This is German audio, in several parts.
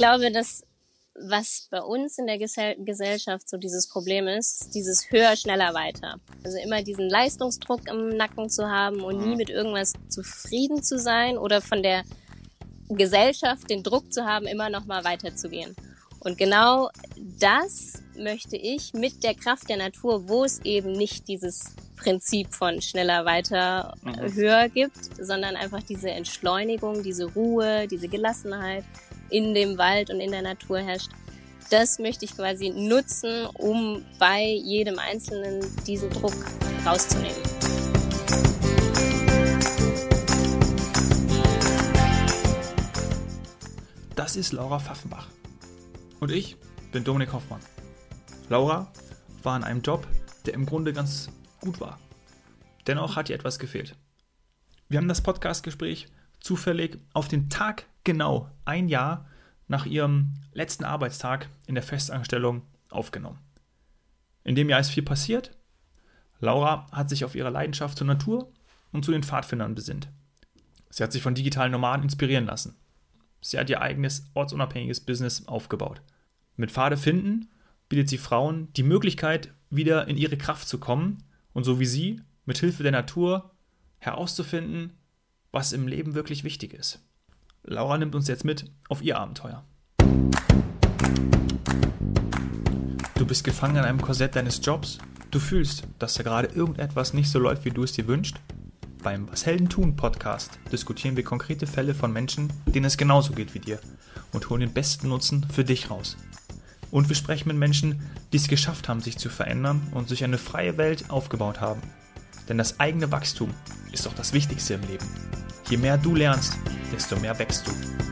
glaube, dass was bei uns in der Gesellschaft so dieses Problem ist, dieses höher, schneller, weiter. Also immer diesen Leistungsdruck im Nacken zu haben und nie mit irgendwas zufrieden zu sein oder von der Gesellschaft den Druck zu haben, immer noch mal weiterzugehen. Und genau das möchte ich mit der Kraft der Natur, wo es eben nicht dieses Prinzip von schneller, weiter, höher gibt, sondern einfach diese Entschleunigung, diese Ruhe, diese Gelassenheit in dem Wald und in der Natur herrscht. Das möchte ich quasi nutzen, um bei jedem Einzelnen diesen Druck rauszunehmen. Das ist Laura Pfaffenbach. Und ich bin Dominik Hoffmann. Laura war in einem Job, der im Grunde ganz gut war. Dennoch hat ihr etwas gefehlt. Wir haben das Podcastgespräch zufällig auf den Tag genau 1 Jahr nach ihrem letzten Arbeitstag in der Festanstellung aufgenommen. In dem Jahr ist viel passiert. Laura hat sich auf ihre Leidenschaft zur Natur und zu den Pfadfindern besinnt. Sie hat sich von digitalen Nomaden inspirieren lassen. Sie hat ihr eigenes ortsunabhängiges Business aufgebaut. Mit Pfade finden bietet sie Frauen die Möglichkeit, wieder in ihre Kraft zu kommen und so wie sie mit Hilfe der Natur herauszufinden, was im Leben wirklich wichtig ist. Laura nimmt uns jetzt mit auf ihr Abenteuer. Du bist gefangen in einem Korsett deines Jobs. Du fühlst, dass da gerade irgendetwas nicht so läuft, wie du es dir wünschst. Beim Was Helden tun Podcast diskutieren wir konkrete Fälle von Menschen, denen es genauso geht wie dir und holen den besten Nutzen für dich raus. Und wir sprechen mit Menschen, die es geschafft haben, sich zu verändern und sich eine freie Welt aufgebaut haben. Denn das eigene Wachstum ist doch das Wichtigste im Leben. Je mehr du lernst, desto mehr wächst du.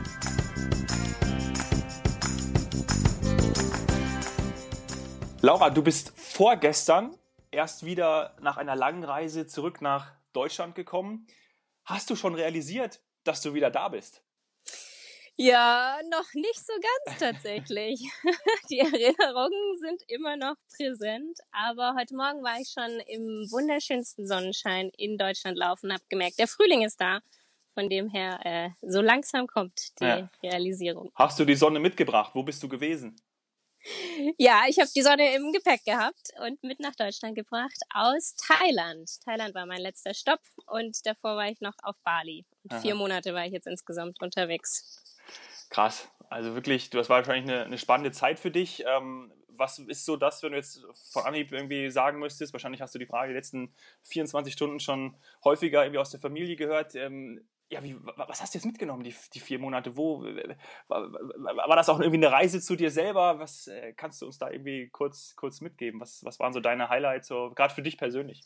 Laura, du bist vorgestern erst wieder nach einer langen Reise zurück nach Deutschland gekommen. Hast du schon realisiert, dass du wieder da bist? Ja, noch nicht so ganz tatsächlich. Die Erinnerungen sind immer noch präsent, aber heute Morgen war ich schon im wunderschönsten Sonnenschein in Deutschland laufen und habe gemerkt, der Frühling ist da. Von dem her, so langsam kommt die Realisierung. Hast du die Sonne mitgebracht? Wo bist du gewesen? Ja, ich habe die Sonne im Gepäck gehabt und mit nach Deutschland gebracht aus Thailand. Thailand war mein letzter Stopp und davor war ich noch auf Bali. Und 4 Monate war ich jetzt insgesamt unterwegs. Krass, also wirklich, das war wahrscheinlich eine spannende Zeit für dich. Was ist so das, wenn du jetzt von Anhieb irgendwie sagen müsstest, wahrscheinlich hast du die Frage die letzten 24 Stunden schon häufiger irgendwie aus der Familie gehört, was hast du jetzt mitgenommen, die 4 Monate? Wo war das auch irgendwie eine Reise zu dir selber? Was kannst du uns da irgendwie kurz mitgeben? Was waren so deine Highlights, so gerade für dich persönlich?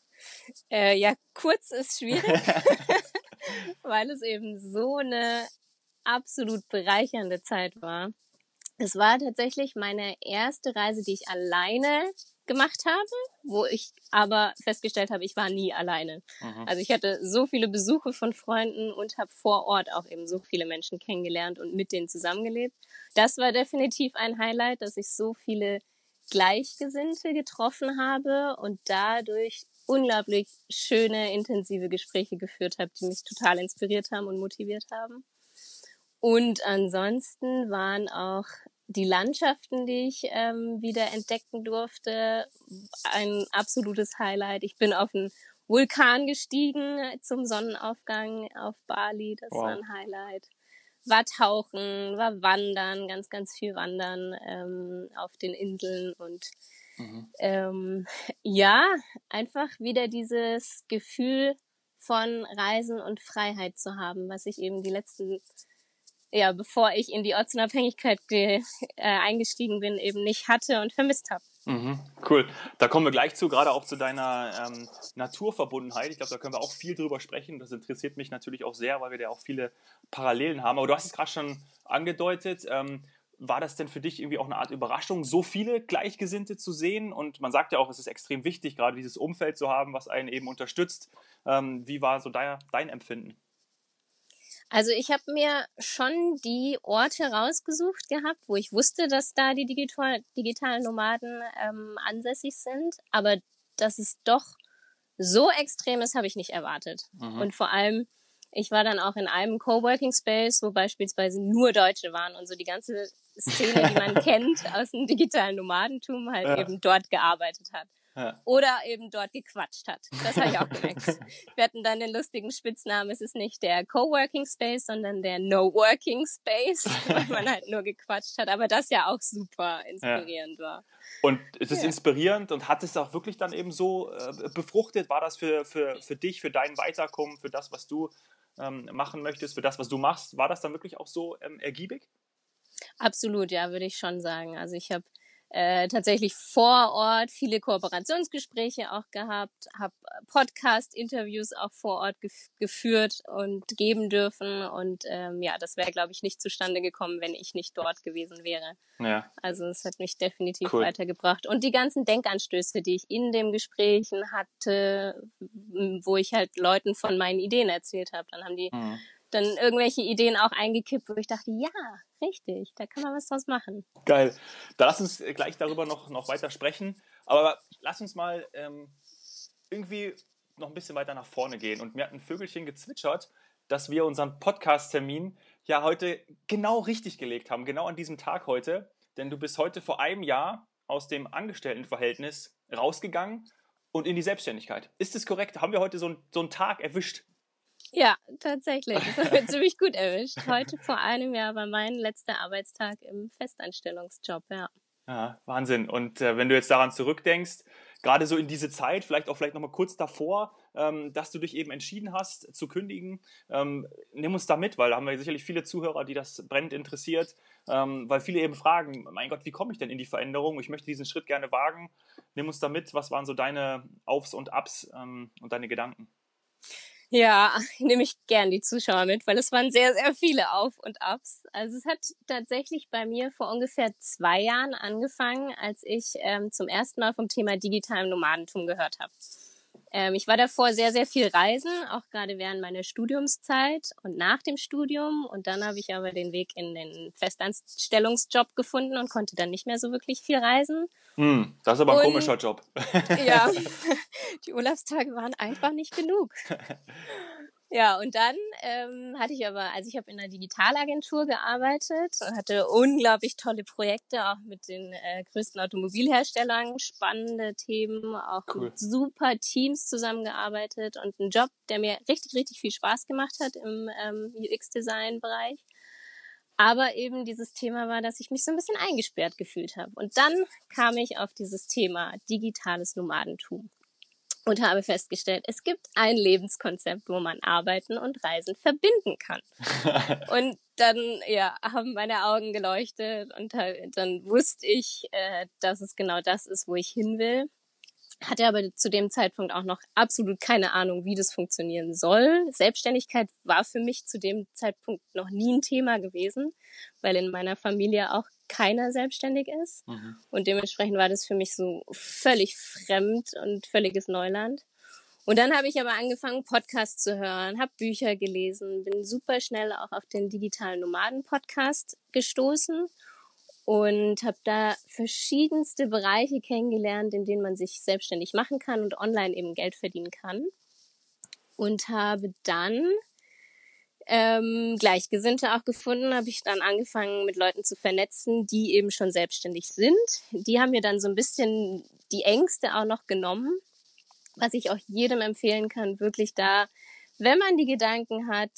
Kurz ist schwierig, weil es eben so eine absolut bereichernde Zeit war. Es war tatsächlich meine erste Reise, die ich alleine gemacht habe, wo ich aber festgestellt habe, ich war nie alleine. Also ich hatte so viele Besuche von Freunden und habe vor Ort auch eben so viele Menschen kennengelernt und mit denen zusammengelebt. Das war definitiv ein Highlight, dass ich so viele Gleichgesinnte getroffen habe und dadurch unglaublich schöne, intensive Gespräche geführt habe, die mich total inspiriert haben und motiviert haben. Und ansonsten waren auch die Landschaften, die ich wieder entdecken durfte, ein absolutes Highlight. Ich bin auf einen Vulkan gestiegen zum Sonnenaufgang auf Bali, das war ein Highlight. War tauchen, war wandern, ganz, ganz viel wandern auf den Inseln und einfach wieder dieses Gefühl von Reisen und Freiheit zu haben, was ich eben die letzten bevor ich in die Ortsunabhängigkeit eingestiegen bin, eben nicht hatte und vermisst habe. Cool. Da kommen wir gleich zu, gerade auch zu deiner Naturverbundenheit. Ich glaube, da können wir auch viel drüber sprechen. Das interessiert mich natürlich auch sehr, weil wir da auch viele Parallelen haben. Aber du hast es gerade schon angedeutet. War das denn für dich irgendwie auch eine Art Überraschung, so viele Gleichgesinnte zu sehen? Und man sagt ja auch, es ist extrem wichtig, gerade dieses Umfeld zu haben, was einen eben unterstützt. Wie war so dein Empfinden? Also ich habe mir schon die Orte rausgesucht gehabt, wo ich wusste, dass da die digitalen Nomaden ansässig sind. Aber dass es doch so extrem ist, habe ich nicht erwartet. Und vor allem Ich war dann auch in einem Coworking Space, wo beispielsweise nur Deutsche waren und so die ganze Szene, die man kennt aus dem digitalen Nomadentum, halt Ja. eben dort gearbeitet hat. Ja. Oder eben dort gequatscht hat. Das habe ich auch gemerkt. Wir hatten dann den lustigen Spitznamen, es ist nicht der Coworking Space, sondern der No-Working Space, weil man halt nur gequatscht hat, aber das ja auch super inspirierend war. Und es ist inspirierend und hat es auch wirklich dann eben so befruchtet? War das für dich, für dein Weiterkommen, für das, was du machen möchtest, für das, was du machst, war das dann wirklich auch so ergiebig? Absolut, ja, würde ich schon sagen. Also ich habe tatsächlich vor Ort viele Kooperationsgespräche auch gehabt, habe Podcast-Interviews auch vor Ort geführt und geben dürfen und das wäre, glaube ich, nicht zustande gekommen, wenn ich nicht dort gewesen wäre. Ja. Also es hat mich definitiv Cool. weitergebracht. Und die ganzen Denkanstöße, die ich in den Gesprächen hatte, wo ich halt Leuten von meinen Ideen erzählt habe, dann haben die dann irgendwelche Ideen auch eingekippt, wo ich dachte, ja, richtig, da kann man was draus machen. Geil. Da lass uns gleich darüber noch weiter sprechen. Aber lass uns mal irgendwie noch ein bisschen weiter nach vorne gehen. Und mir hat ein Vögelchen gezwitschert, dass wir unseren Podcast-Termin ja heute genau richtig gelegt haben, genau an diesem Tag heute. Denn du bist heute vor einem Jahr aus dem Angestelltenverhältnis rausgegangen und in die Selbstständigkeit. Ist es korrekt? Haben wir heute so einen Tag erwischt? Ja, tatsächlich. Das haben wir ziemlich gut erwischt. Heute vor einem Jahr war mein letzter Arbeitstag im Festanstellungsjob, ja. Ja, Wahnsinn. Und wenn du jetzt daran zurückdenkst, gerade so in diese Zeit, vielleicht noch mal kurz davor, dass du dich eben entschieden hast zu kündigen, nimm uns da mit, weil da haben wir sicherlich viele Zuhörer, die das brennend interessiert, weil viele eben fragen, mein Gott, wie komme ich denn in die Veränderung? Ich möchte diesen Schritt gerne wagen. Nimm uns da mit, was waren so deine Aufs und Abs und deine Gedanken? Ja, nehme ich gern die Zuschauer mit, weil es waren sehr, sehr viele Auf und Abs. Also es hat tatsächlich bei mir vor ungefähr 2 Jahren angefangen, als ich zum ersten Mal vom Thema digitalem Nomadentum gehört habe. Ich war davor sehr, sehr viel reisen, auch gerade während meiner Studiumszeit und nach dem Studium. Und dann habe ich aber den Weg in den Festanstellungsjob gefunden und konnte dann nicht mehr so wirklich viel reisen. Das ist aber ein komischer Job. Ja, die Urlaubstage waren einfach nicht genug. Ja, und dann ich habe in einer Digitalagentur gearbeitet und hatte unglaublich tolle Projekte, auch mit den größten Automobilherstellern, spannende Themen, auch mit super Teams zusammengearbeitet und einen Job, der mir richtig, richtig viel Spaß gemacht hat im UX-Design-Bereich. Aber eben dieses Thema war, dass ich mich so ein bisschen eingesperrt gefühlt habe. Und dann kam ich auf dieses Thema digitales Nomadentum und habe festgestellt, es gibt ein Lebenskonzept, wo man Arbeiten und Reisen verbinden kann. Und dann haben meine Augen geleuchtet und dann wusste ich, dass es genau das ist, wo ich hin will. Hatte aber zu dem Zeitpunkt auch noch absolut keine Ahnung, wie das funktionieren soll. Selbstständigkeit war für mich zu dem Zeitpunkt noch nie ein Thema gewesen, weil in meiner Familie auch keiner selbstständig ist. Und dementsprechend war das für mich so völlig fremd und völliges Neuland. Und dann habe ich aber angefangen, Podcasts zu hören, habe Bücher gelesen, bin super schnell auch auf den digitalen Nomaden-Podcast gestoßen und habe da verschiedenste Bereiche kennengelernt, in denen man sich selbstständig machen kann und online eben Geld verdienen kann. Und habe dann Gleichgesinnte auch gefunden, habe ich dann angefangen, mit Leuten zu vernetzen, die eben schon selbstständig sind. Die haben mir dann so ein bisschen die Ängste auch noch genommen, was ich auch jedem empfehlen kann, wirklich da, wenn man die Gedanken hat,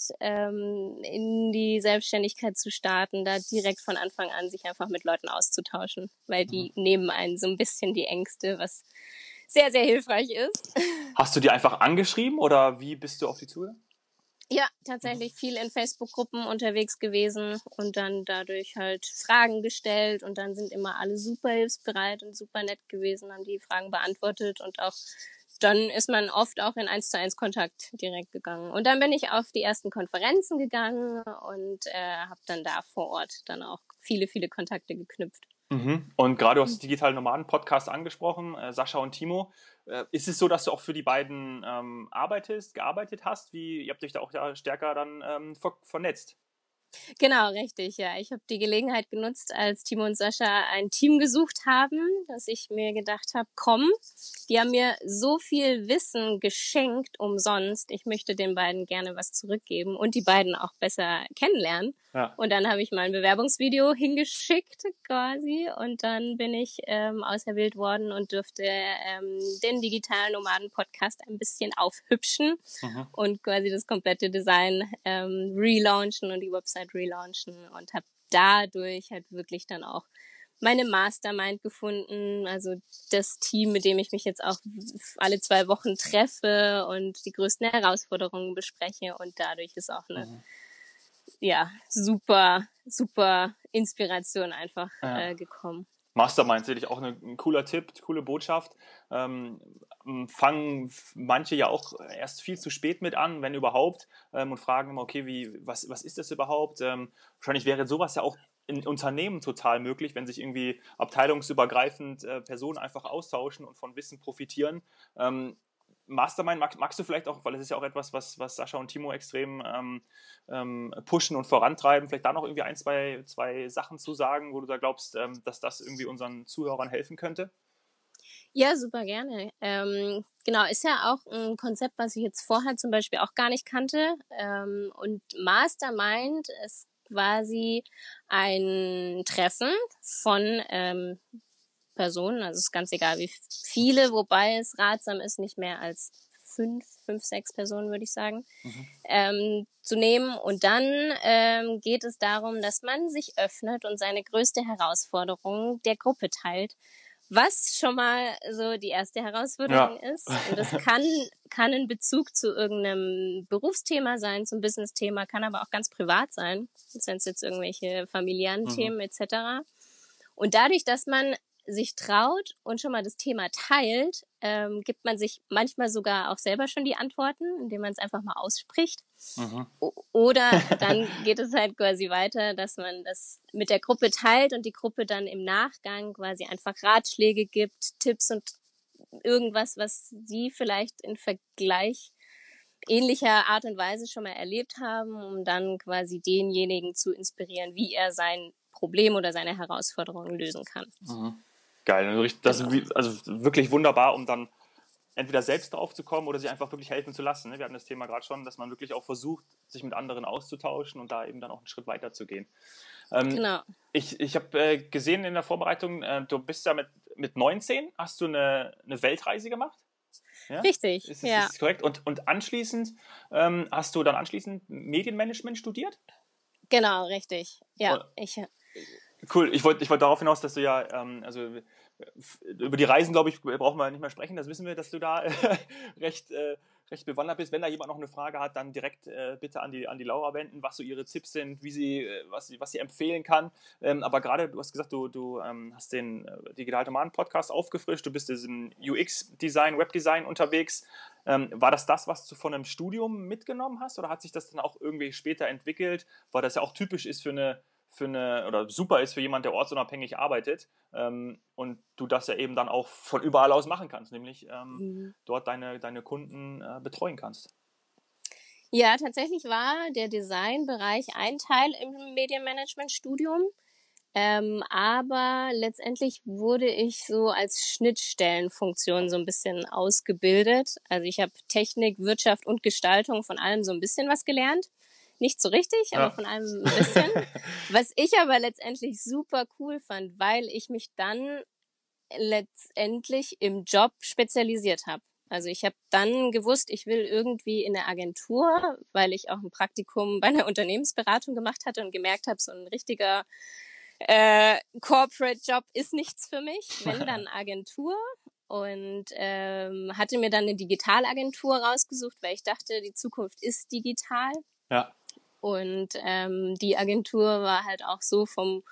in die Selbstständigkeit zu starten, da direkt von Anfang an sich einfach mit Leuten auszutauschen, weil die nehmen einen so ein bisschen die Ängste, was sehr, sehr hilfreich ist. Hast du die einfach angeschrieben oder wie bist du auf die zugegangen? Ja, tatsächlich viel in Facebook-Gruppen unterwegs gewesen und dann dadurch halt Fragen gestellt und dann sind immer alle super hilfsbereit und super nett gewesen, haben die Fragen beantwortet und auch dann ist man oft auch in 1:1 Kontakt direkt gegangen. Und dann bin ich auf die ersten Konferenzen gegangen und habe dann da vor Ort dann auch viele, viele Kontakte geknüpft. Und gerade du hast den Digitalen Nomaden-Podcast angesprochen, Sascha und Timo. Ist es so, dass du auch für die beiden gearbeitet hast? Ihr habt euch da auch stärker dann vernetzt? Genau, richtig, ja. Ich habe die Gelegenheit genutzt, als Timo und Sascha ein Team gesucht haben, dass ich mir gedacht habe, komm, die haben mir so viel Wissen geschenkt umsonst. Ich möchte den beiden gerne was zurückgeben und die beiden auch besser kennenlernen. Ja. Und dann habe ich mal ein Bewerbungsvideo hingeschickt quasi und dann bin ich auserwählt worden und durfte den Digitalen Nomaden Podcast ein bisschen aufhübschen und quasi das komplette Design relaunchen und die Website relaunchen und habe dadurch halt wirklich dann auch meine Mastermind gefunden, also das Team, mit dem ich mich jetzt auch alle 2 Wochen treffe und die größten Herausforderungen bespreche und dadurch ist auch eine super, super Inspiration einfach gekommen. Mastermind, sicherlich auch ein cooler Tipp, coole Botschaft. Fangen manche ja auch erst viel zu spät mit an, wenn überhaupt, und fragen immer, okay, was ist das überhaupt? Wahrscheinlich wäre sowas ja auch in Unternehmen total möglich, wenn sich irgendwie abteilungsübergreifend Personen einfach austauschen und von Wissen profitieren. Mastermind magst du vielleicht auch, weil es ist ja auch etwas, was Sascha und Timo extrem pushen und vorantreiben, vielleicht da noch irgendwie zwei Sachen zu sagen, wo du da glaubst, dass das irgendwie unseren Zuhörern helfen könnte? Ja, super gerne. Genau, ist ja auch ein Konzept, was ich jetzt vorher zum Beispiel auch gar nicht kannte. Und Mastermind ist quasi ein Treffen von Personen, also es ist ganz egal wie viele, wobei es ratsam ist, nicht mehr als 6 Personen, würde ich sagen, zu nehmen. Und dann geht es darum, dass man sich öffnet und seine größte Herausforderung der Gruppe teilt. Was schon mal so die erste Herausforderung ist. Und das kann ein Bezug zu irgendeinem Berufsthema sein, zum Business-Thema, kann aber auch ganz privat sein, wenn es jetzt irgendwelche familiären Themen etc. Und dadurch, dass man sich traut und schon mal das Thema teilt, gibt man sich manchmal sogar auch selber schon die Antworten, indem man es einfach mal ausspricht. Oder dann geht es halt quasi weiter, dass man das mit der Gruppe teilt und die Gruppe dann im Nachgang quasi einfach Ratschläge gibt, Tipps und irgendwas, was sie vielleicht in Vergleich ähnlicher Art und Weise schon mal erlebt haben, um dann quasi denjenigen zu inspirieren, wie er sein Problem oder seine Herausforderungen lösen kann. Geil, das ist also wirklich wunderbar, um dann entweder selbst drauf zu kommen oder sich einfach wirklich helfen zu lassen. Wir hatten das Thema gerade schon, dass man wirklich auch versucht, sich mit anderen auszutauschen und da eben dann auch einen Schritt weiter zu gehen. Genau. Ich habe gesehen in der Vorbereitung, du bist ja mit 19, hast du eine Weltreise gemacht? Ja? Richtig, Ist das korrekt? Und anschließend hast du dann Medienmanagement studiert? Genau, richtig. Ja, Cool, ich wollte darauf hinaus, dass du ja, also über die Reisen, glaube ich, brauchen wir nicht mehr sprechen, das wissen wir, dass du da recht bewandert bist. Wenn da jemand noch eine Frage hat, dann direkt bitte an die Laura wenden, was so ihre Tipps sind, was sie empfehlen kann. Aber gerade, du hast gesagt, du hast den Digital Nomaden Podcast aufgefrischt, du bist im UX-Design, Webdesign unterwegs. War das, was du von einem Studium mitgenommen hast oder hat sich das dann auch irgendwie später entwickelt, weil das ja auch typisch ist oder super ist für jemanden, der ortsunabhängig arbeitet und du das ja eben dann auch von überall aus machen kannst, nämlich dort deine Kunden betreuen kannst. Ja, tatsächlich war der Designbereich ein Teil im Medienmanagement-Studium, aber letztendlich wurde ich so als Schnittstellenfunktion so ein bisschen ausgebildet. Also ich habe Technik, Wirtschaft und Gestaltung von allem so ein bisschen was gelernt. Nicht so richtig, aber von allem ein bisschen. Was ich aber letztendlich super cool fand, weil ich mich dann letztendlich im Job spezialisiert habe. Also ich habe dann gewusst, ich will irgendwie in eine Agentur, weil ich auch ein Praktikum bei einer Unternehmensberatung gemacht hatte und gemerkt habe, so ein richtiger Corporate-Job ist nichts für mich, wenn dann Agentur. Und hatte mir dann eine Digitalagentur rausgesucht, weil ich dachte, die Zukunft ist digital. Ja. Und die Agentur war halt auch so von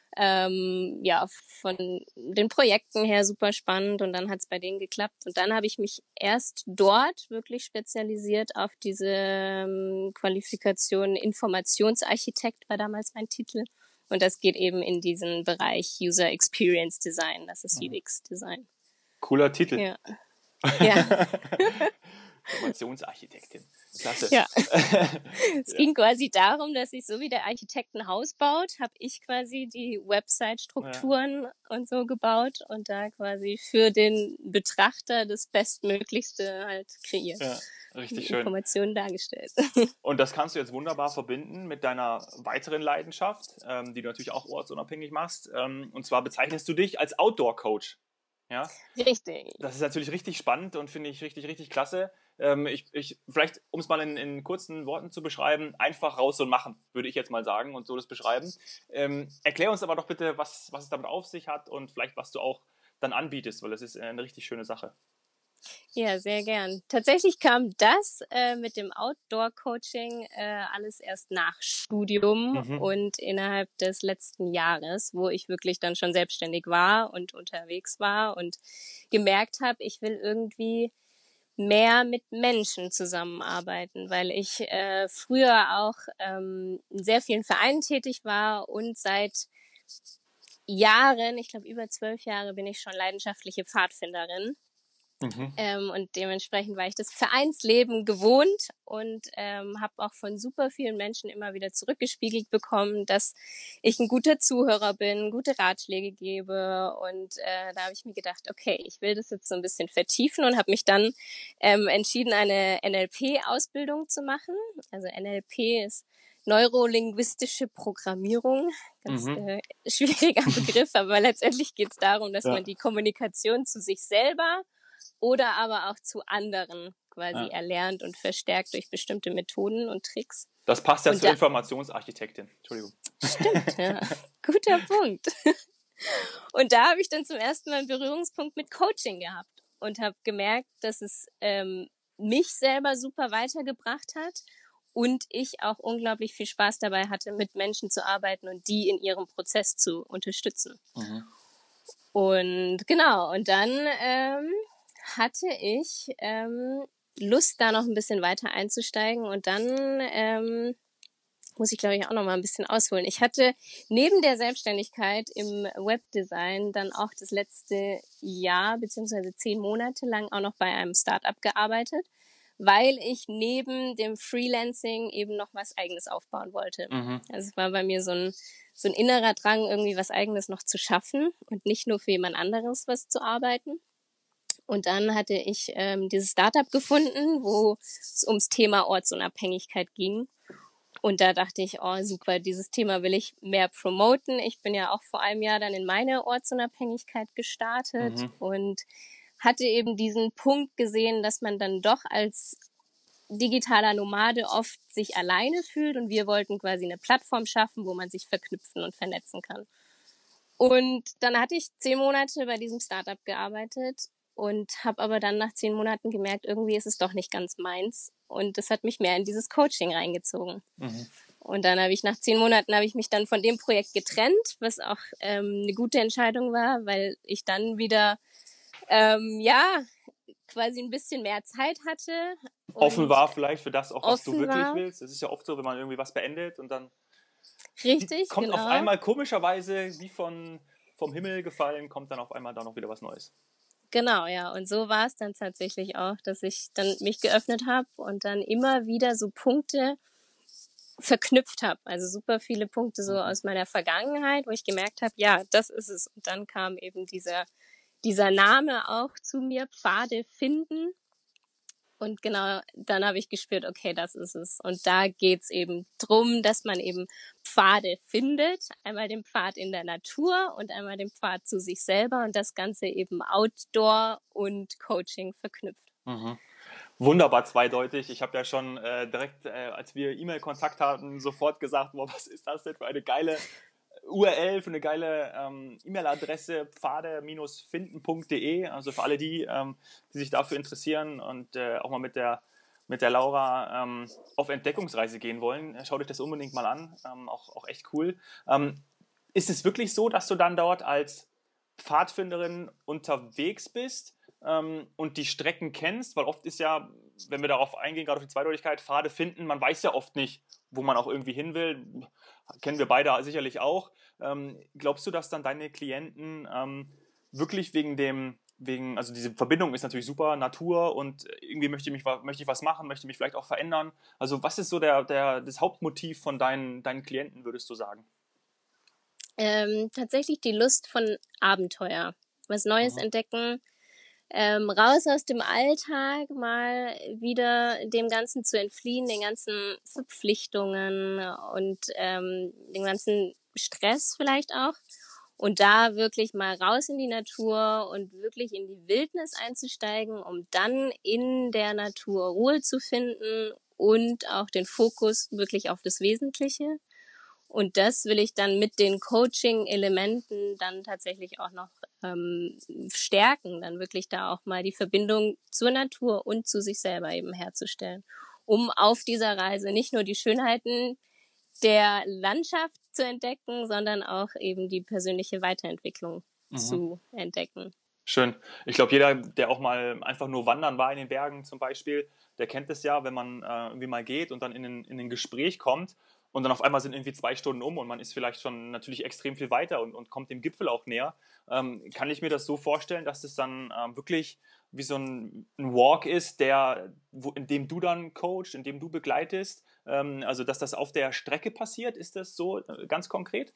den Projekten her super spannend und dann hat es bei denen geklappt. Und dann habe ich mich erst dort wirklich spezialisiert auf diese Qualifikation Informationsarchitekt war damals mein Titel. Und das geht eben in diesen Bereich User Experience Design, das ist UX Design. Cooler Titel. Ja. Informationsarchitektin. Klasse. Ja. Es ging quasi darum, dass ich, so wie der Architekt ein Haus baut, habe ich quasi die Website-Strukturen und so gebaut und da quasi für den Betrachter das Bestmöglichste halt kreiert. Ja, richtig Die schön. Informationen dargestellt. Und das kannst du jetzt wunderbar verbinden mit deiner weiteren Leidenschaft, die du natürlich auch ortsunabhängig machst. Und zwar bezeichnest du dich als Outdoor-Coach. Ja? Richtig. Das ist natürlich richtig spannend und finde ich richtig, richtig klasse. Vielleicht, um es mal in kurzen Worten zu beschreiben, einfach raus und machen, würde ich jetzt mal sagen und so das beschreiben. Erklär uns aber doch bitte, was es damit auf sich hat und vielleicht, was du auch dann anbietest, weil das ist eine richtig schöne Sache. Ja, sehr gern. Tatsächlich kam das mit dem Outdoor-Coaching alles erst nach Studium und innerhalb des letzten Jahres, wo ich wirklich dann schon selbstständig war und unterwegs war und gemerkt habe, ich will irgendwie mehr mit Menschen zusammenarbeiten, weil ich früher auch in sehr vielen Vereinen tätig war und seit Jahren, ich glaube über 12 Jahre, bin ich schon leidenschaftliche Pfadfinderin. Und dementsprechend war ich das Vereinsleben gewohnt und habe auch von super vielen Menschen immer wieder zurückgespiegelt bekommen, dass ich ein guter Zuhörer bin, gute Ratschläge gebe und da habe ich mir gedacht, okay, ich will das jetzt so ein bisschen vertiefen und habe mich dann entschieden, eine NLP-Ausbildung zu machen. Also NLP ist neurolinguistische Programmierung, ganz schwieriger Begriff, aber letztendlich geht es darum, dass man die Kommunikation zu sich selber oder aber auch zu anderen quasi erlernt und verstärkt durch bestimmte Methoden und Tricks. Das passt ja zur Informationsarchitektin. Entschuldigung. Stimmt, ja. Guter Punkt. Und da habe ich dann zum ersten Mal einen Berührungspunkt mit Coaching gehabt und habe gemerkt, dass es mich selber super weitergebracht hat und ich auch unglaublich viel Spaß dabei hatte, mit Menschen zu arbeiten und die in ihrem Prozess zu unterstützen. Und genau, und dann hatte ich Lust, da noch ein bisschen weiter einzusteigen und dann muss ich, glaube ich, auch noch mal ein bisschen ausholen. Ich hatte neben der Selbstständigkeit im Webdesign dann auch das letzte Jahr beziehungsweise 10 Monate lang auch noch bei einem Startup gearbeitet, weil ich neben dem Freelancing eben noch was Eigenes aufbauen wollte. Also es war bei mir so ein innerer Drang, irgendwie was Eigenes noch zu schaffen und nicht nur für jemand anderes was zu arbeiten. Und dann hatte ich dieses Startup gefunden, wo es ums Thema Ortsunabhängigkeit ging. Und da dachte ich, oh super, dieses Thema will ich mehr promoten. Ich bin ja auch vor einem Jahr dann in meine Ortsunabhängigkeit gestartet und hatte eben diesen Punkt gesehen, dass man dann doch als digitaler Nomade oft sich alleine fühlt und wir wollten quasi eine Plattform schaffen, wo man sich verknüpfen und vernetzen kann. Und dann hatte ich 10 Monate bei diesem Startup gearbeitet und habe aber dann nach 10 Monaten gemerkt, irgendwie ist es doch nicht ganz meins. Und das hat mich mehr in dieses Coaching reingezogen. Und dann habe ich nach 10 Monaten habe ich mich dann von dem Projekt getrennt, was auch eine gute Entscheidung war, weil ich dann wieder quasi ein bisschen mehr Zeit hatte. Offen war vielleicht für das auch, was du wirklich war. willst. Es ist ja oft so, wenn man irgendwie was beendet und dann Richtig, kommt genau. auf einmal komischerweise wie vom Himmel gefallen, kommt dann auf einmal da noch wieder was Neues. Genau, ja. Und so war es dann tatsächlich auch, dass ich dann mich geöffnet habe und dann immer wieder so Punkte verknüpft habe. Also super viele Punkte so aus meiner Vergangenheit, wo ich gemerkt habe, ja, das ist es. Und dann kam eben dieser Name auch zu mir, Pfade finden. Und genau, dann habe ich gespürt, okay, das ist es. Und da geht's eben drum, dass man eben Pfade findet. Einmal den Pfad in der Natur und einmal den Pfad zu sich selber und das Ganze eben Outdoor und Coaching verknüpft. Wunderbar zweideutig. Ich habe ja schon direkt, als wir E-Mail-Kontakt hatten, sofort gesagt, boah, was ist das denn für eine geile URL, für eine geile E-Mail-Adresse, pfade-finden.de, also für alle die sich dafür interessieren und auch mal mit der Laura auf Entdeckungsreise gehen wollen. Schaut euch das unbedingt mal an, auch echt cool. Ist es wirklich so, dass du dann dort als Pfadfinderin unterwegs bist und die Strecken kennst? Weil oft ist ja, wenn wir darauf eingehen, gerade auf die Zweideutigkeit, Pfade finden, man weiß ja oft nicht, wo man auch irgendwie hin will. Kennen wir beide sicherlich auch. Glaubst du, dass dann deine Klienten wirklich wegen dem also diese Verbindung ist natürlich super, Natur und irgendwie möchte ich was machen, möchte mich vielleicht auch verändern. Also was ist so das Hauptmotiv von deinen Klienten, würdest du sagen? Tatsächlich die Lust von Abenteuer, was Neues Mhm. entdecken, raus aus dem Alltag, mal wieder dem Ganzen zu entfliehen, den ganzen Verpflichtungen und dem ganzen Stress vielleicht auch. Und da wirklich mal raus in die Natur und wirklich in die Wildnis einzusteigen, um dann in der Natur Ruhe zu finden und auch den Fokus wirklich auf das Wesentliche. Und das will ich dann mit den Coaching-Elementen dann tatsächlich auch noch stärken, dann wirklich da auch mal die Verbindung zur Natur und zu sich selber eben herzustellen, um auf dieser Reise nicht nur die Schönheiten der Landschaft zu entdecken, sondern auch eben die persönliche Weiterentwicklung Mhm. zu entdecken. Schön. Ich glaube, jeder, der auch mal einfach nur wandern war in den Bergen zum Beispiel, der kennt es ja, wenn man irgendwie mal geht und dann in ein Gespräch kommt und dann auf einmal sind irgendwie 2 Stunden um und man ist vielleicht schon natürlich extrem viel weiter und kommt dem Gipfel auch näher. Kann ich mir das so vorstellen, dass es dann wirklich wie so ein Walk ist, in dem du dann coachst, in dem du begleitest, also dass das auf der Strecke passiert? Ist das so ganz konkret?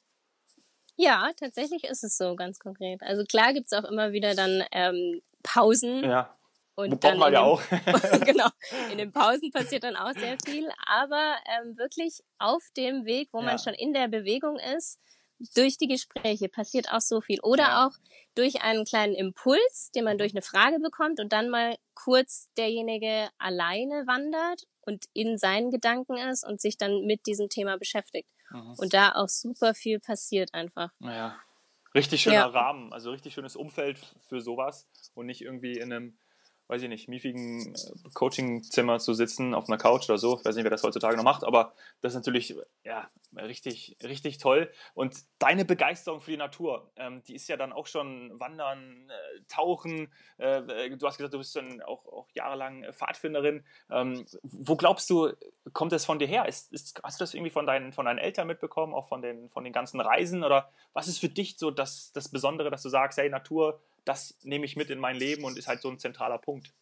Ja, tatsächlich ist es so, ganz konkret. Also klar gibt's auch immer wieder dann Pausen Ja, und braucht dann man in ja den auch. genau, in den Pausen passiert dann auch sehr viel, aber wirklich auf dem Weg, wo man Ja, schon in der Bewegung ist, durch die Gespräche passiert auch so viel. Oder ja. auch durch einen kleinen Impuls, den man Mhm. durch eine Frage bekommt und dann mal kurz derjenige alleine wandert und in seinen Gedanken ist und sich dann mit diesem Thema beschäftigt. Mhm. Und da auch super viel passiert einfach. Ja, richtig Ja. schöner Rahmen, also richtig schönes Umfeld für sowas und nicht irgendwie in einem, weiß ich nicht, miefigen Coachingzimmer zu sitzen auf einer Couch oder so. Ich weiß nicht, wer das heutzutage noch macht, aber das ist natürlich ja richtig, richtig toll. Und deine Begeisterung für die Natur, die ist ja dann auch schon Wandern, Tauchen. Du hast gesagt, du bist dann auch jahrelang Pfadfinderin. Wo glaubst du, kommt das von dir her? Hast du das irgendwie von deinen Eltern mitbekommen, auch von den ganzen Reisen? Oder was ist für dich so das Besondere, dass du sagst, hey, Natur, das nehme ich mit in mein Leben und ist halt so ein zentraler Punkt?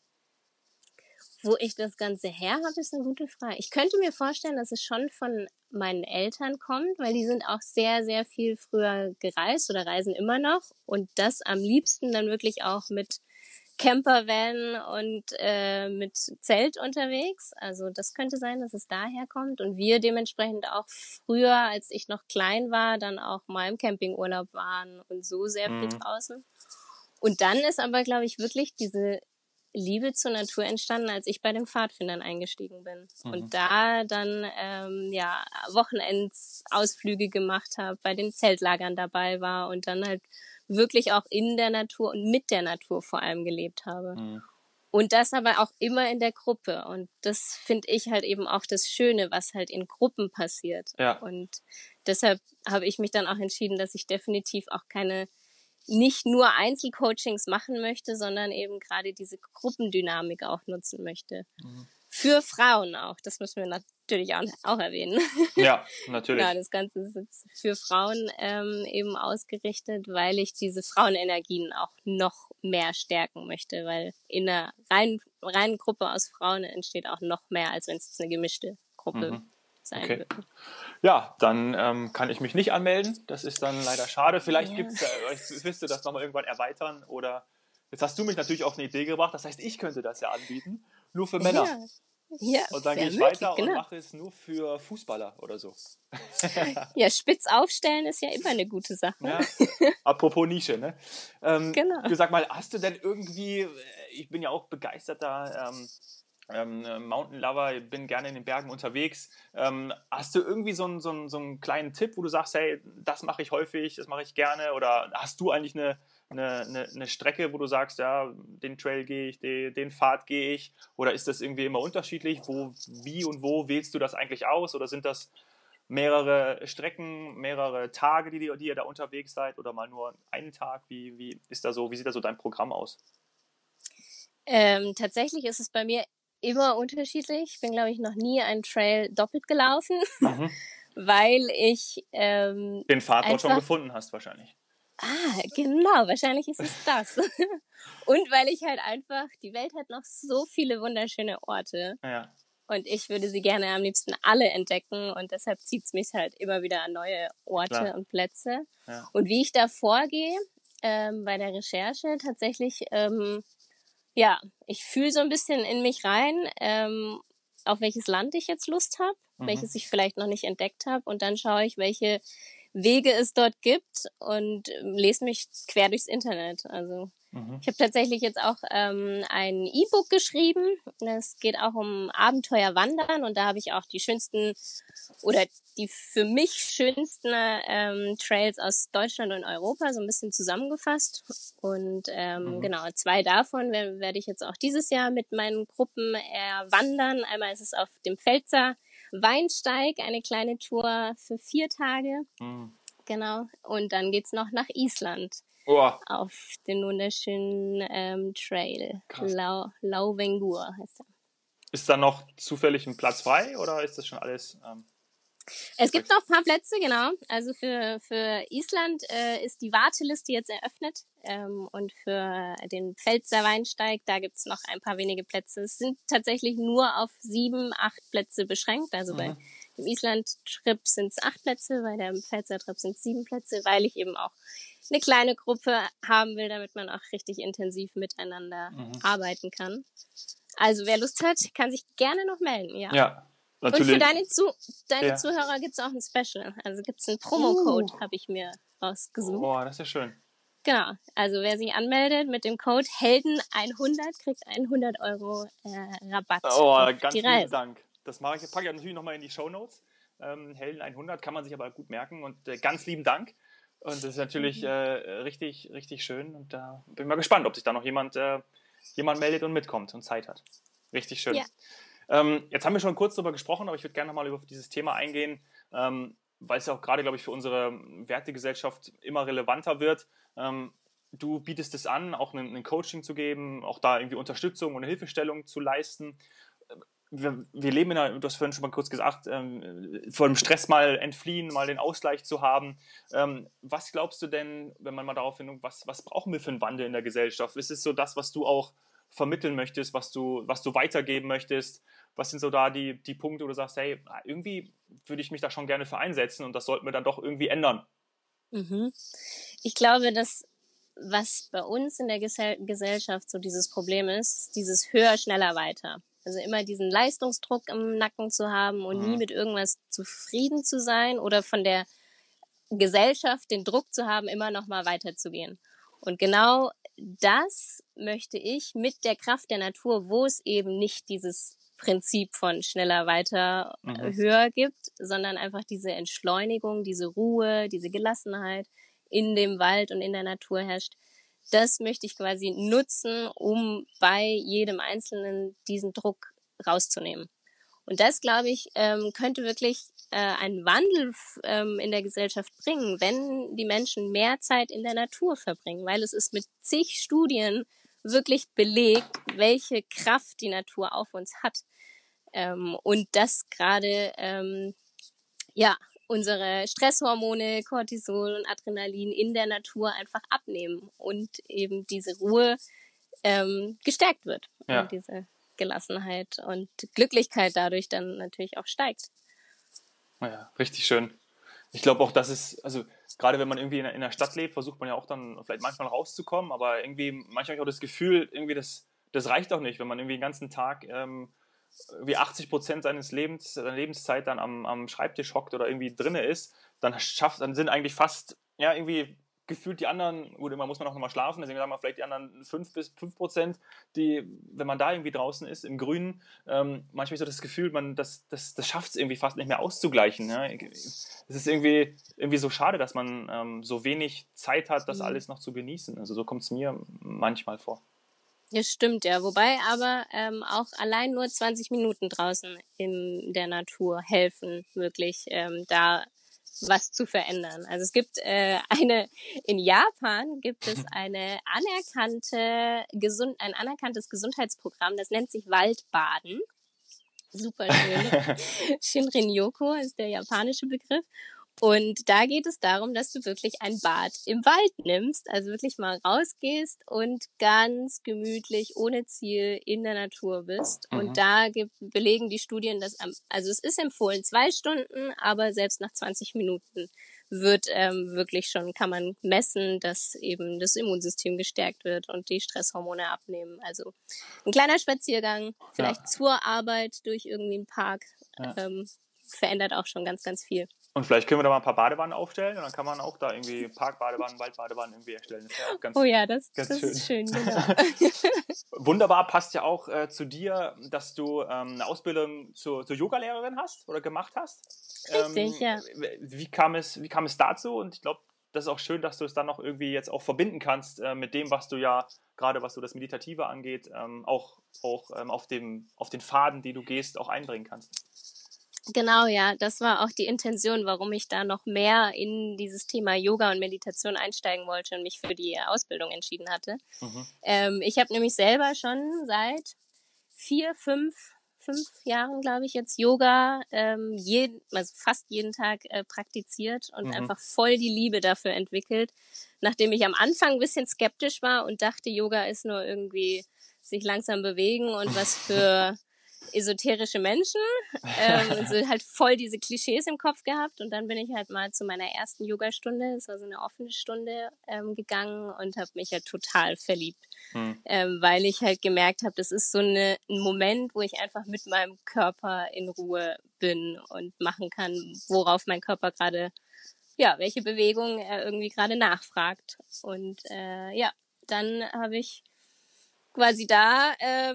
Wo ich das Ganze her habe, ist eine gute Frage. Ich könnte mir vorstellen, dass es schon von meinen Eltern kommt, weil die sind auch sehr, sehr viel früher gereist oder reisen immer noch und das am liebsten dann wirklich auch mit Campervan und mit Zelt unterwegs. Also das könnte sein, dass es daher kommt und wir dementsprechend auch früher, als ich noch klein war, dann auch mal im Campingurlaub waren und so sehr viel Mhm. draußen. Und dann ist aber, glaube ich, wirklich diese Liebe zur Natur entstanden, als ich bei den Pfadfindern eingestiegen bin. Mhm. Und da dann ja Wochenendsausflüge gemacht habe, bei den Zeltlagern dabei war und dann halt wirklich auch in der Natur und mit der Natur vor allem gelebt habe. Mhm. Und das aber auch immer in der Gruppe. Und das finde ich halt eben auch das Schöne, was halt in Gruppen passiert. Ja, Und deshalb habe ich mich dann auch entschieden, dass ich definitiv auch nicht nur Einzelcoachings machen möchte, sondern eben gerade diese Gruppendynamik auch nutzen möchte. mhm. Für Frauen auch, das müssen wir natürlich auch erwähnen. Ja, Genau, natürlich. das Ganze ist jetzt für Frauen eben ausgerichtet, weil ich diese Frauenenergien auch noch mehr stärken möchte, weil in einer reinen Gruppe aus Frauen entsteht auch noch mehr, als wenn es eine gemischte Gruppe Mhm. sein Okay. würde. Ja, dann kann ich mich nicht anmelden. Das ist dann leider schade. Vielleicht Ja. willst du das nochmal irgendwann erweitern oder jetzt hast du mich natürlich auf eine Idee gebracht. Das heißt, ich könnte das ja anbieten, nur für Männer. Ja, ja, Und dann gehe wäre ich möglich, weiter und genau. mache es nur für Fußballer oder so. Ja, spitz aufstellen ist ja immer eine gute Sache. Ja, apropos Nische, ne? Genau. Du sag mal, hast du denn irgendwie, ich bin ja auch begeisterter Mountain Lover, bin gerne in den Bergen unterwegs. Hast du irgendwie so einen kleinen Tipp, wo du sagst, hey, das mache ich häufig, das mache ich gerne? Oder hast du eigentlich eine Strecke, wo du sagst, ja, den Trail gehe ich, den Pfad gehe ich? Oder ist das irgendwie immer unterschiedlich? Wie und wo wählst du das eigentlich aus? Oder sind das mehrere Strecken, mehrere Tage, die ihr da unterwegs seid? Oder mal nur einen Tag? Wie sieht da so dein Programm aus? Tatsächlich ist es bei mir immer unterschiedlich. Ich bin, glaube ich, noch nie einen Trail doppelt gelaufen, Mhm. weil ich Den Pfad dort schon einfach gefunden hast wahrscheinlich. Genau, wahrscheinlich ist es das. Und weil ich halt einfach, die Welt hat noch so viele wunderschöne Orte. Ja, Und ich würde sie gerne am liebsten alle entdecken. Und deshalb zieht es mich halt immer wieder an neue Orte klar. und Plätze. Ja. Und wie ich da vorgehe, bei der Recherche tatsächlich, ja, ich fühle so ein bisschen in mich rein, auf welches Land ich jetzt Lust habe, welches ich vielleicht noch nicht entdeckt habe. Und dann schaue ich, welche Wege es dort gibt und lese mich quer durchs Internet. Also ich habe tatsächlich jetzt auch ein E-Book geschrieben. Es geht auch um Abenteuerwandern und da habe ich auch die schönsten oder die für mich schönsten Trails aus Deutschland und Europa so ein bisschen zusammengefasst. Und genau, 2 davon werde ich jetzt auch dieses Jahr mit meinen Gruppen wandern. Einmal ist es auf dem Pfälzer Weinsteig, eine kleine Tour für 4 Tage. Genau. Und dann geht's noch nach Island Oh, auf den wunderschönen Trail. krass. Lauvengur heißt er. Ist da noch zufällig ein Platz frei oder ist das schon alles? Es gibt noch ein paar Plätze, genau. Also für Island ist die Warteliste jetzt eröffnet. Und für den Pfälzer Weinsteig, da gibt's noch ein paar wenige Plätze. Es sind tatsächlich nur auf 7, 8 Plätze beschränkt. Also bei dem Island-Trip sind es 8 Plätze, bei dem Pfälzer-Trip sind es 7 Plätze, weil ich eben auch eine kleine Gruppe haben will, damit man auch richtig intensiv miteinander arbeiten kann. Also wer Lust hat, kann sich gerne noch melden, ja. Ja, Und natürlich. für deine Ja. Zuhörer gibt's auch ein Special. Also gibt's einen Promocode, habe ich mir rausgesucht. Oh, das ist ja schön. Genau. Also wer sich anmeldet mit dem Code Helden100 kriegt 100 € Rabatt Oh, auf ganz die lieben Reise. Dank. Das mache ich. Packe ich natürlich nochmal in die Shownotes. Helden 100 kann man sich aber gut merken und ganz lieben Dank. Und das ist natürlich richtig, richtig schön. Und da bin ich mal gespannt, ob sich da noch jemand meldet und mitkommt und Zeit hat. Richtig schön. Ja. Jetzt haben wir schon kurz darüber gesprochen, aber ich würde gerne nochmal über dieses Thema eingehen, weil es ja auch gerade, glaube ich, für unsere Wertegesellschaft immer relevanter wird. Du bietest es an, auch ein Coaching zu geben, auch da irgendwie Unterstützung und Hilfestellung zu leisten. Wir leben du hast vorhin schon mal kurz gesagt, vor dem Stress mal entfliehen, mal den Ausgleich zu haben. Was glaubst du denn, wenn man mal darauf hin, was brauchen wir für einen Wandel in der Gesellschaft? Ist es so das, was du auch vermitteln möchtest, was du weitergeben möchtest? Was sind so da die Punkte, wo du sagst, hey, irgendwie würde ich mich da schon gerne für einsetzen und das sollten wir dann doch irgendwie ändern? Ich glaube, dass was bei uns in der Gesellschaft so dieses Problem ist, dieses höher, schneller, weiter. Also immer diesen Leistungsdruck im Nacken zu haben und nie mit irgendwas zufrieden zu sein oder von der Gesellschaft den Druck zu haben, immer noch mal weiterzugehen. Und genau das möchte ich mit der Kraft der Natur, wo es eben nicht dieses Prinzip von schneller, weiter, höher gibt, sondern einfach diese Entschleunigung, diese Ruhe, diese Gelassenheit in dem Wald und in der Natur herrscht. Das möchte ich quasi nutzen, um bei jedem Einzelnen diesen Druck rauszunehmen. Und das, glaube ich, könnte wirklich einen Wandel in der Gesellschaft bringen, wenn die Menschen mehr Zeit in der Natur verbringen, weil es ist mit zig Studien wirklich belegt, welche Kraft die Natur auf uns hat. Und dass gerade unsere Stresshormone, Cortisol und Adrenalin in der Natur einfach abnehmen und eben diese Ruhe gestärkt wird und diese Gelassenheit und Glücklichkeit dadurch dann natürlich auch steigt. Ja, richtig schön. Ich glaube auch, dass es, also gerade wenn man irgendwie in der Stadt lebt, versucht man ja auch dann vielleicht manchmal rauszukommen, aber irgendwie manchmal habe ich auch das Gefühl, irgendwie das reicht auch nicht, wenn man irgendwie den ganzen Tag wie 80% seiner Lebenszeit dann am Schreibtisch hockt oder irgendwie drinne ist, dann sind eigentlich fast, ja, irgendwie gefühlt die anderen, gut, immer muss man auch nochmal schlafen, deswegen sagen wir vielleicht die anderen 5%, die, wenn man da irgendwie draußen ist, im Grünen, manchmal so das Gefühl, das schafft es irgendwie fast nicht mehr auszugleichen. Ja? Es ist irgendwie so schade, dass man so wenig Zeit hat, das alles noch zu genießen. Also so kommt es mir manchmal vor. Ja, stimmt, ja. Wobei aber auch allein nur 20 Minuten draußen in der Natur helfen, wirklich da was zu verändern. Also es gibt in Japan gibt es ein anerkanntes Gesundheitsprogramm, das nennt sich Waldbaden. Super schön. Shinrin-yoku ist der japanische Begriff. Und da geht es darum, dass du wirklich ein Bad im Wald nimmst, also wirklich mal rausgehst und ganz gemütlich, ohne Ziel in der Natur bist. Und da belegen die Studien, also es ist empfohlen 2 Stunden, aber selbst nach 20 Minuten wird wirklich schon, kann man messen, dass eben das Immunsystem gestärkt wird und die Stresshormone abnehmen. Also ein kleiner Spaziergang, vielleicht zur Arbeit durch irgendwie einen Park, verändert auch schon ganz, ganz viel. Und vielleicht können wir da mal ein paar Badewannen aufstellen und dann kann man auch da irgendwie Parkbadewannen, Waldbadewannen irgendwie erstellen. Das ist ja auch ganz, das schön. Ist schön, genau. Wunderbar, passt ja auch zu dir, dass du eine Ausbildung zur Yogalehrerin hast oder gemacht hast. Richtig, ja. Wie kam es dazu? Und ich glaube, das ist auch schön, dass du es dann noch irgendwie jetzt auch verbinden kannst mit dem, was du ja, gerade was so das Meditative angeht, auch auf den Faden, die du gehst, auch einbringen kannst. Genau, ja, das war auch die Intention, warum ich da noch mehr in dieses Thema Yoga und Meditation einsteigen wollte und mich für die Ausbildung entschieden hatte. Ich habe nämlich selber schon seit 5 Jahren, glaube ich, jetzt Yoga also fast jeden Tag praktiziert und einfach voll die Liebe dafür entwickelt, nachdem ich am Anfang ein bisschen skeptisch war und dachte, Yoga ist nur irgendwie sich langsam bewegen und was für esoterische Menschen, also halt voll diese Klischees im Kopf gehabt und dann bin ich halt mal zu meiner ersten Yogastunde, das war so eine offene Stunde, gegangen und habe mich halt total verliebt, weil ich halt gemerkt habe, das ist so ein Moment, wo ich einfach mit meinem Körper in Ruhe bin und machen kann, worauf mein Körper gerade, welche Bewegung er irgendwie gerade nachfragt und dann habe ich quasi da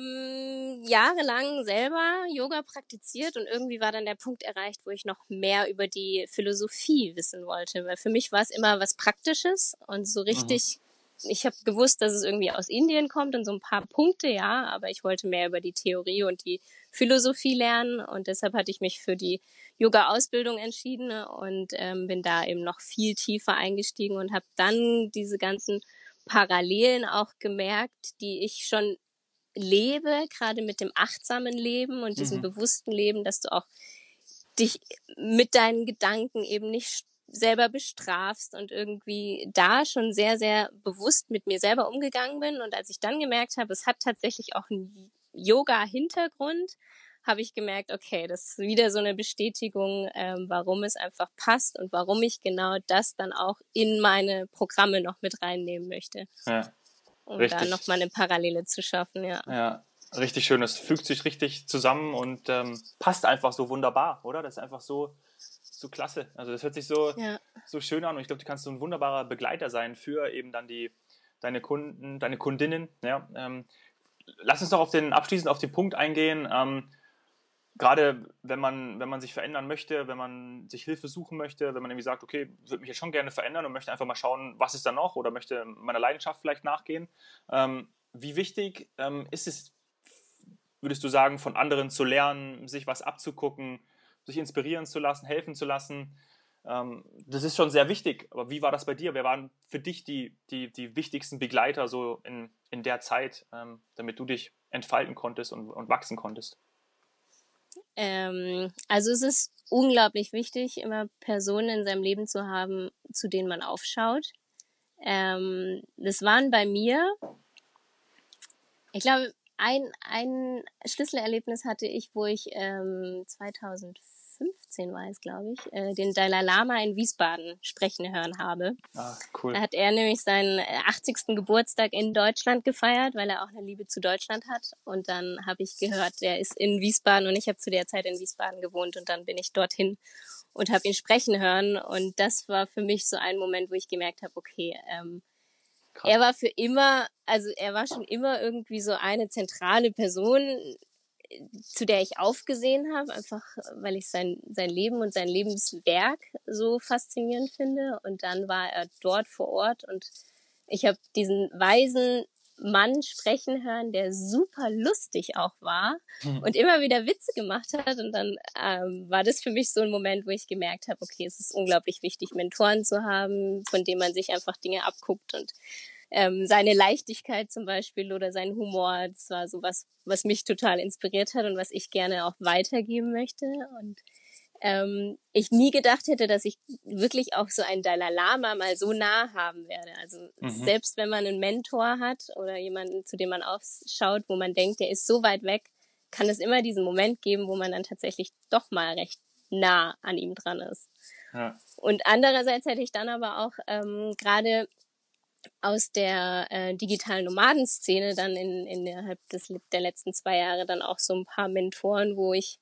jahrelang selber Yoga praktiziert und irgendwie war dann der Punkt erreicht, wo ich noch mehr über die Philosophie wissen wollte, weil für mich war es immer was Praktisches und so richtig, ich habe gewusst, dass es irgendwie aus Indien kommt und so ein paar Punkte, ja, aber ich wollte mehr über die Theorie und die Philosophie lernen und deshalb hatte ich mich für die Yoga-Ausbildung entschieden und bin da eben noch viel tiefer eingestiegen und habe dann diese ganzen Parallelen auch gemerkt, die ich schon lebe, gerade mit dem achtsamen Leben und diesem bewussten Leben, dass du auch dich mit deinen Gedanken eben nicht selber bestrafst und irgendwie da schon sehr, sehr bewusst mit mir selber umgegangen bin. Und als ich dann gemerkt habe, es hat tatsächlich auch einen Yoga-Hintergrund, habe ich gemerkt, okay, das ist wieder so eine Bestätigung, warum es einfach passt und warum ich genau das dann auch in meine Programme noch mit reinnehmen möchte. Ja, um richtig. Da nochmal eine Parallele zu schaffen, ja. Ja, richtig schön. Es fügt sich richtig zusammen und passt einfach so wunderbar, oder? Das ist einfach so klasse. Also das hört sich so schön an und ich glaube, du kannst so ein wunderbarer Begleiter sein für eben dann deine Kunden, deine Kundinnen. Ja. Lass uns doch abschließend auf den Punkt eingehen. Gerade wenn man sich verändern möchte, wenn man sich Hilfe suchen möchte, wenn man irgendwie sagt, okay, ich würde mich jetzt schon gerne verändern und möchte einfach mal schauen, was ist da noch oder möchte meiner Leidenschaft vielleicht nachgehen. Wie wichtig ist es, würdest du sagen, von anderen zu lernen, sich was abzugucken, sich inspirieren zu lassen, helfen zu lassen? Das ist schon sehr wichtig, aber wie war das bei dir? Wer waren für dich die wichtigsten Begleiter so in der Zeit, damit du dich entfalten konntest und wachsen konntest? Also es ist unglaublich wichtig, immer Personen in seinem Leben zu haben, zu denen man aufschaut. Das waren bei mir, ich glaube, ein Schlüsselerlebnis hatte ich, wo ich 2015 war es, glaube ich, den Dalai Lama in Wiesbaden sprechen hören habe. Ah, cool. Da hat er nämlich seinen 80. Geburtstag in Deutschland gefeiert, weil er auch eine Liebe zu Deutschland hat. Und dann habe ich gehört, er ist in Wiesbaden und ich habe zu der Zeit in Wiesbaden gewohnt und dann bin ich dorthin und habe ihn sprechen hören. Und das war für mich so ein Moment, wo ich gemerkt habe, okay, er war schon immer irgendwie so eine zentrale Person, zu der ich aufgesehen habe, einfach weil ich sein Leben und sein Lebenswerk so faszinierend finde. Und dann war er dort vor Ort und ich habe diesen weisen Mann sprechen hören, der super lustig auch war und immer wieder Witze gemacht hat. Und dann war das für mich so ein Moment, wo ich gemerkt habe, okay, es ist unglaublich wichtig, Mentoren zu haben, von denen man sich einfach Dinge abguckt und seine Leichtigkeit zum Beispiel oder sein Humor, das war so was mich total inspiriert hat und was ich gerne auch weitergeben möchte. Und ich nie gedacht hätte, dass ich wirklich auch so einen Dalai Lama mal so nah haben werde. Also selbst wenn man einen Mentor hat oder jemanden, zu dem man aufschaut, wo man denkt, der ist so weit weg, kann es immer diesen Moment geben, wo man dann tatsächlich doch mal recht nah an ihm dran ist. Ja. Und andererseits hätte ich dann aber auch gerade aus der digitalen Nomadenszene dann innerhalb der letzten 2 Jahre dann auch so ein paar Mentoren, wo ich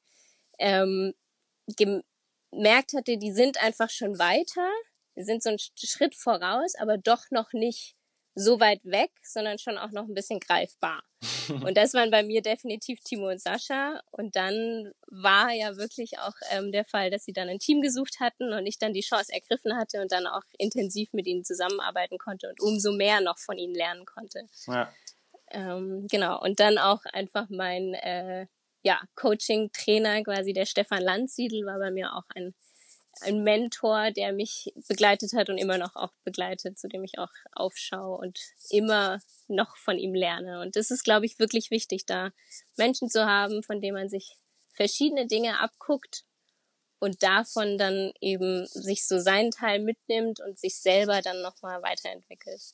gemerkt hatte, die sind einfach schon weiter, die sind so einen Schritt voraus, aber doch noch nicht so weit weg, sondern schon auch noch ein bisschen greifbar. Und das waren bei mir definitiv Timo und Sascha. Und dann war ja wirklich auch der Fall, dass sie dann ein Team gesucht hatten und ich dann die Chance ergriffen hatte und dann auch intensiv mit ihnen zusammenarbeiten konnte und umso mehr noch von ihnen lernen konnte. Ja. Genau. Und dann auch einfach mein Coaching-Trainer, quasi der Stefan Landsiedel, war bei mir auch ein Mentor, der mich begleitet hat und immer noch auch begleitet, zu dem ich auch aufschaue und immer noch von ihm lerne. Und das ist, glaube ich, wirklich wichtig, da Menschen zu haben, von denen man sich verschiedene Dinge abguckt und davon dann eben sich so seinen Teil mitnimmt und sich selber dann nochmal weiterentwickelt.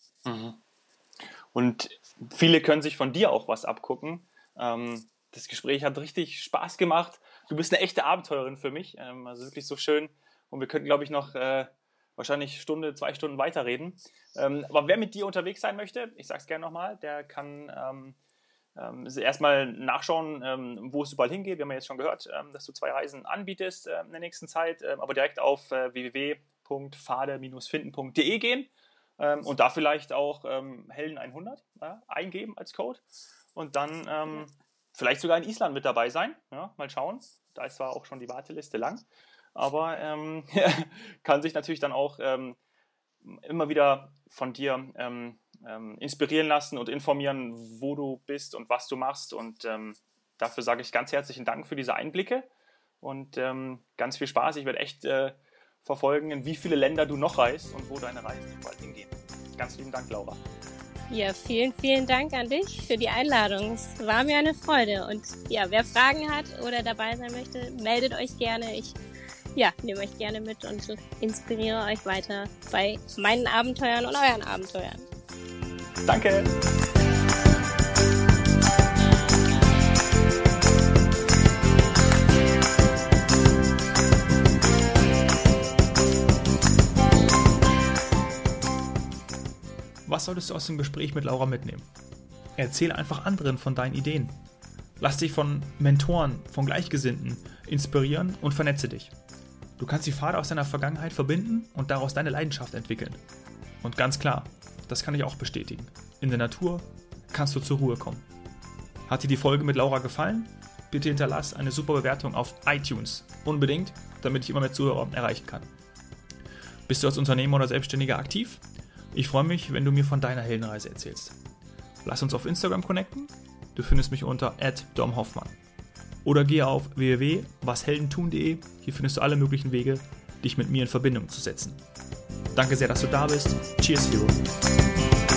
Und viele können sich von dir auch was abgucken. Das Gespräch hat richtig Spaß gemacht. Du bist eine echte Abenteurerin für mich. Also wirklich so schön. Und wir könnten, glaube ich, noch wahrscheinlich 2 Stunden weiterreden. Aber wer mit dir unterwegs sein möchte, ich sage es gerne nochmal, der kann erstmal nachschauen, wo es überall hingeht. Wir haben ja jetzt schon gehört, dass du 2 Reisen anbietest in der nächsten Zeit. Aber direkt auf www.pfade-finden.de gehen und da vielleicht auch Helden 100 eingeben als Code. Und dann vielleicht sogar in Island mit dabei sein. Ja, mal schauen. Da ist zwar auch schon die Warteliste lang. Aber kann sich natürlich dann auch immer wieder von dir inspirieren lassen und informieren, wo du bist und was du machst. Und dafür sage ich ganz herzlichen Dank für diese Einblicke und ganz viel Spaß. Ich werde echt verfolgen, in wie viele Länder du noch reist und wo deine Reisen bald hingehen. Ganz lieben Dank, Laura. Ja, vielen, vielen Dank an dich für die Einladung. Es war mir eine Freude. Und ja, wer Fragen hat oder dabei sein möchte, meldet euch gerne. Ich nehme euch gerne mit und inspiriere euch weiter bei meinen Abenteuern und euren Abenteuern. Danke! Was solltest du aus dem Gespräch mit Laura mitnehmen? Erzähle einfach anderen von deinen Ideen. Lass dich von Mentoren, von Gleichgesinnten inspirieren und vernetze dich. Du kannst die Pfade aus deiner Vergangenheit verbinden und daraus deine Leidenschaft entwickeln. Und ganz klar, das kann ich auch bestätigen. In der Natur kannst du zur Ruhe kommen. Hat dir die Folge mit Laura gefallen? Bitte hinterlass eine super Bewertung auf iTunes. Unbedingt, damit ich immer mehr Zuhörer erreichen kann. Bist du als Unternehmer oder Selbstständiger aktiv? Ich freue mich, wenn du mir von deiner Heldenreise erzählst. Lass uns auf Instagram connecten. Du findest mich unter @domhoffmann. Oder gehe auf www.washeldentun.de. Hier findest du alle möglichen Wege, dich mit mir in Verbindung zu setzen. Danke sehr, dass du da bist. Cheers, Hero.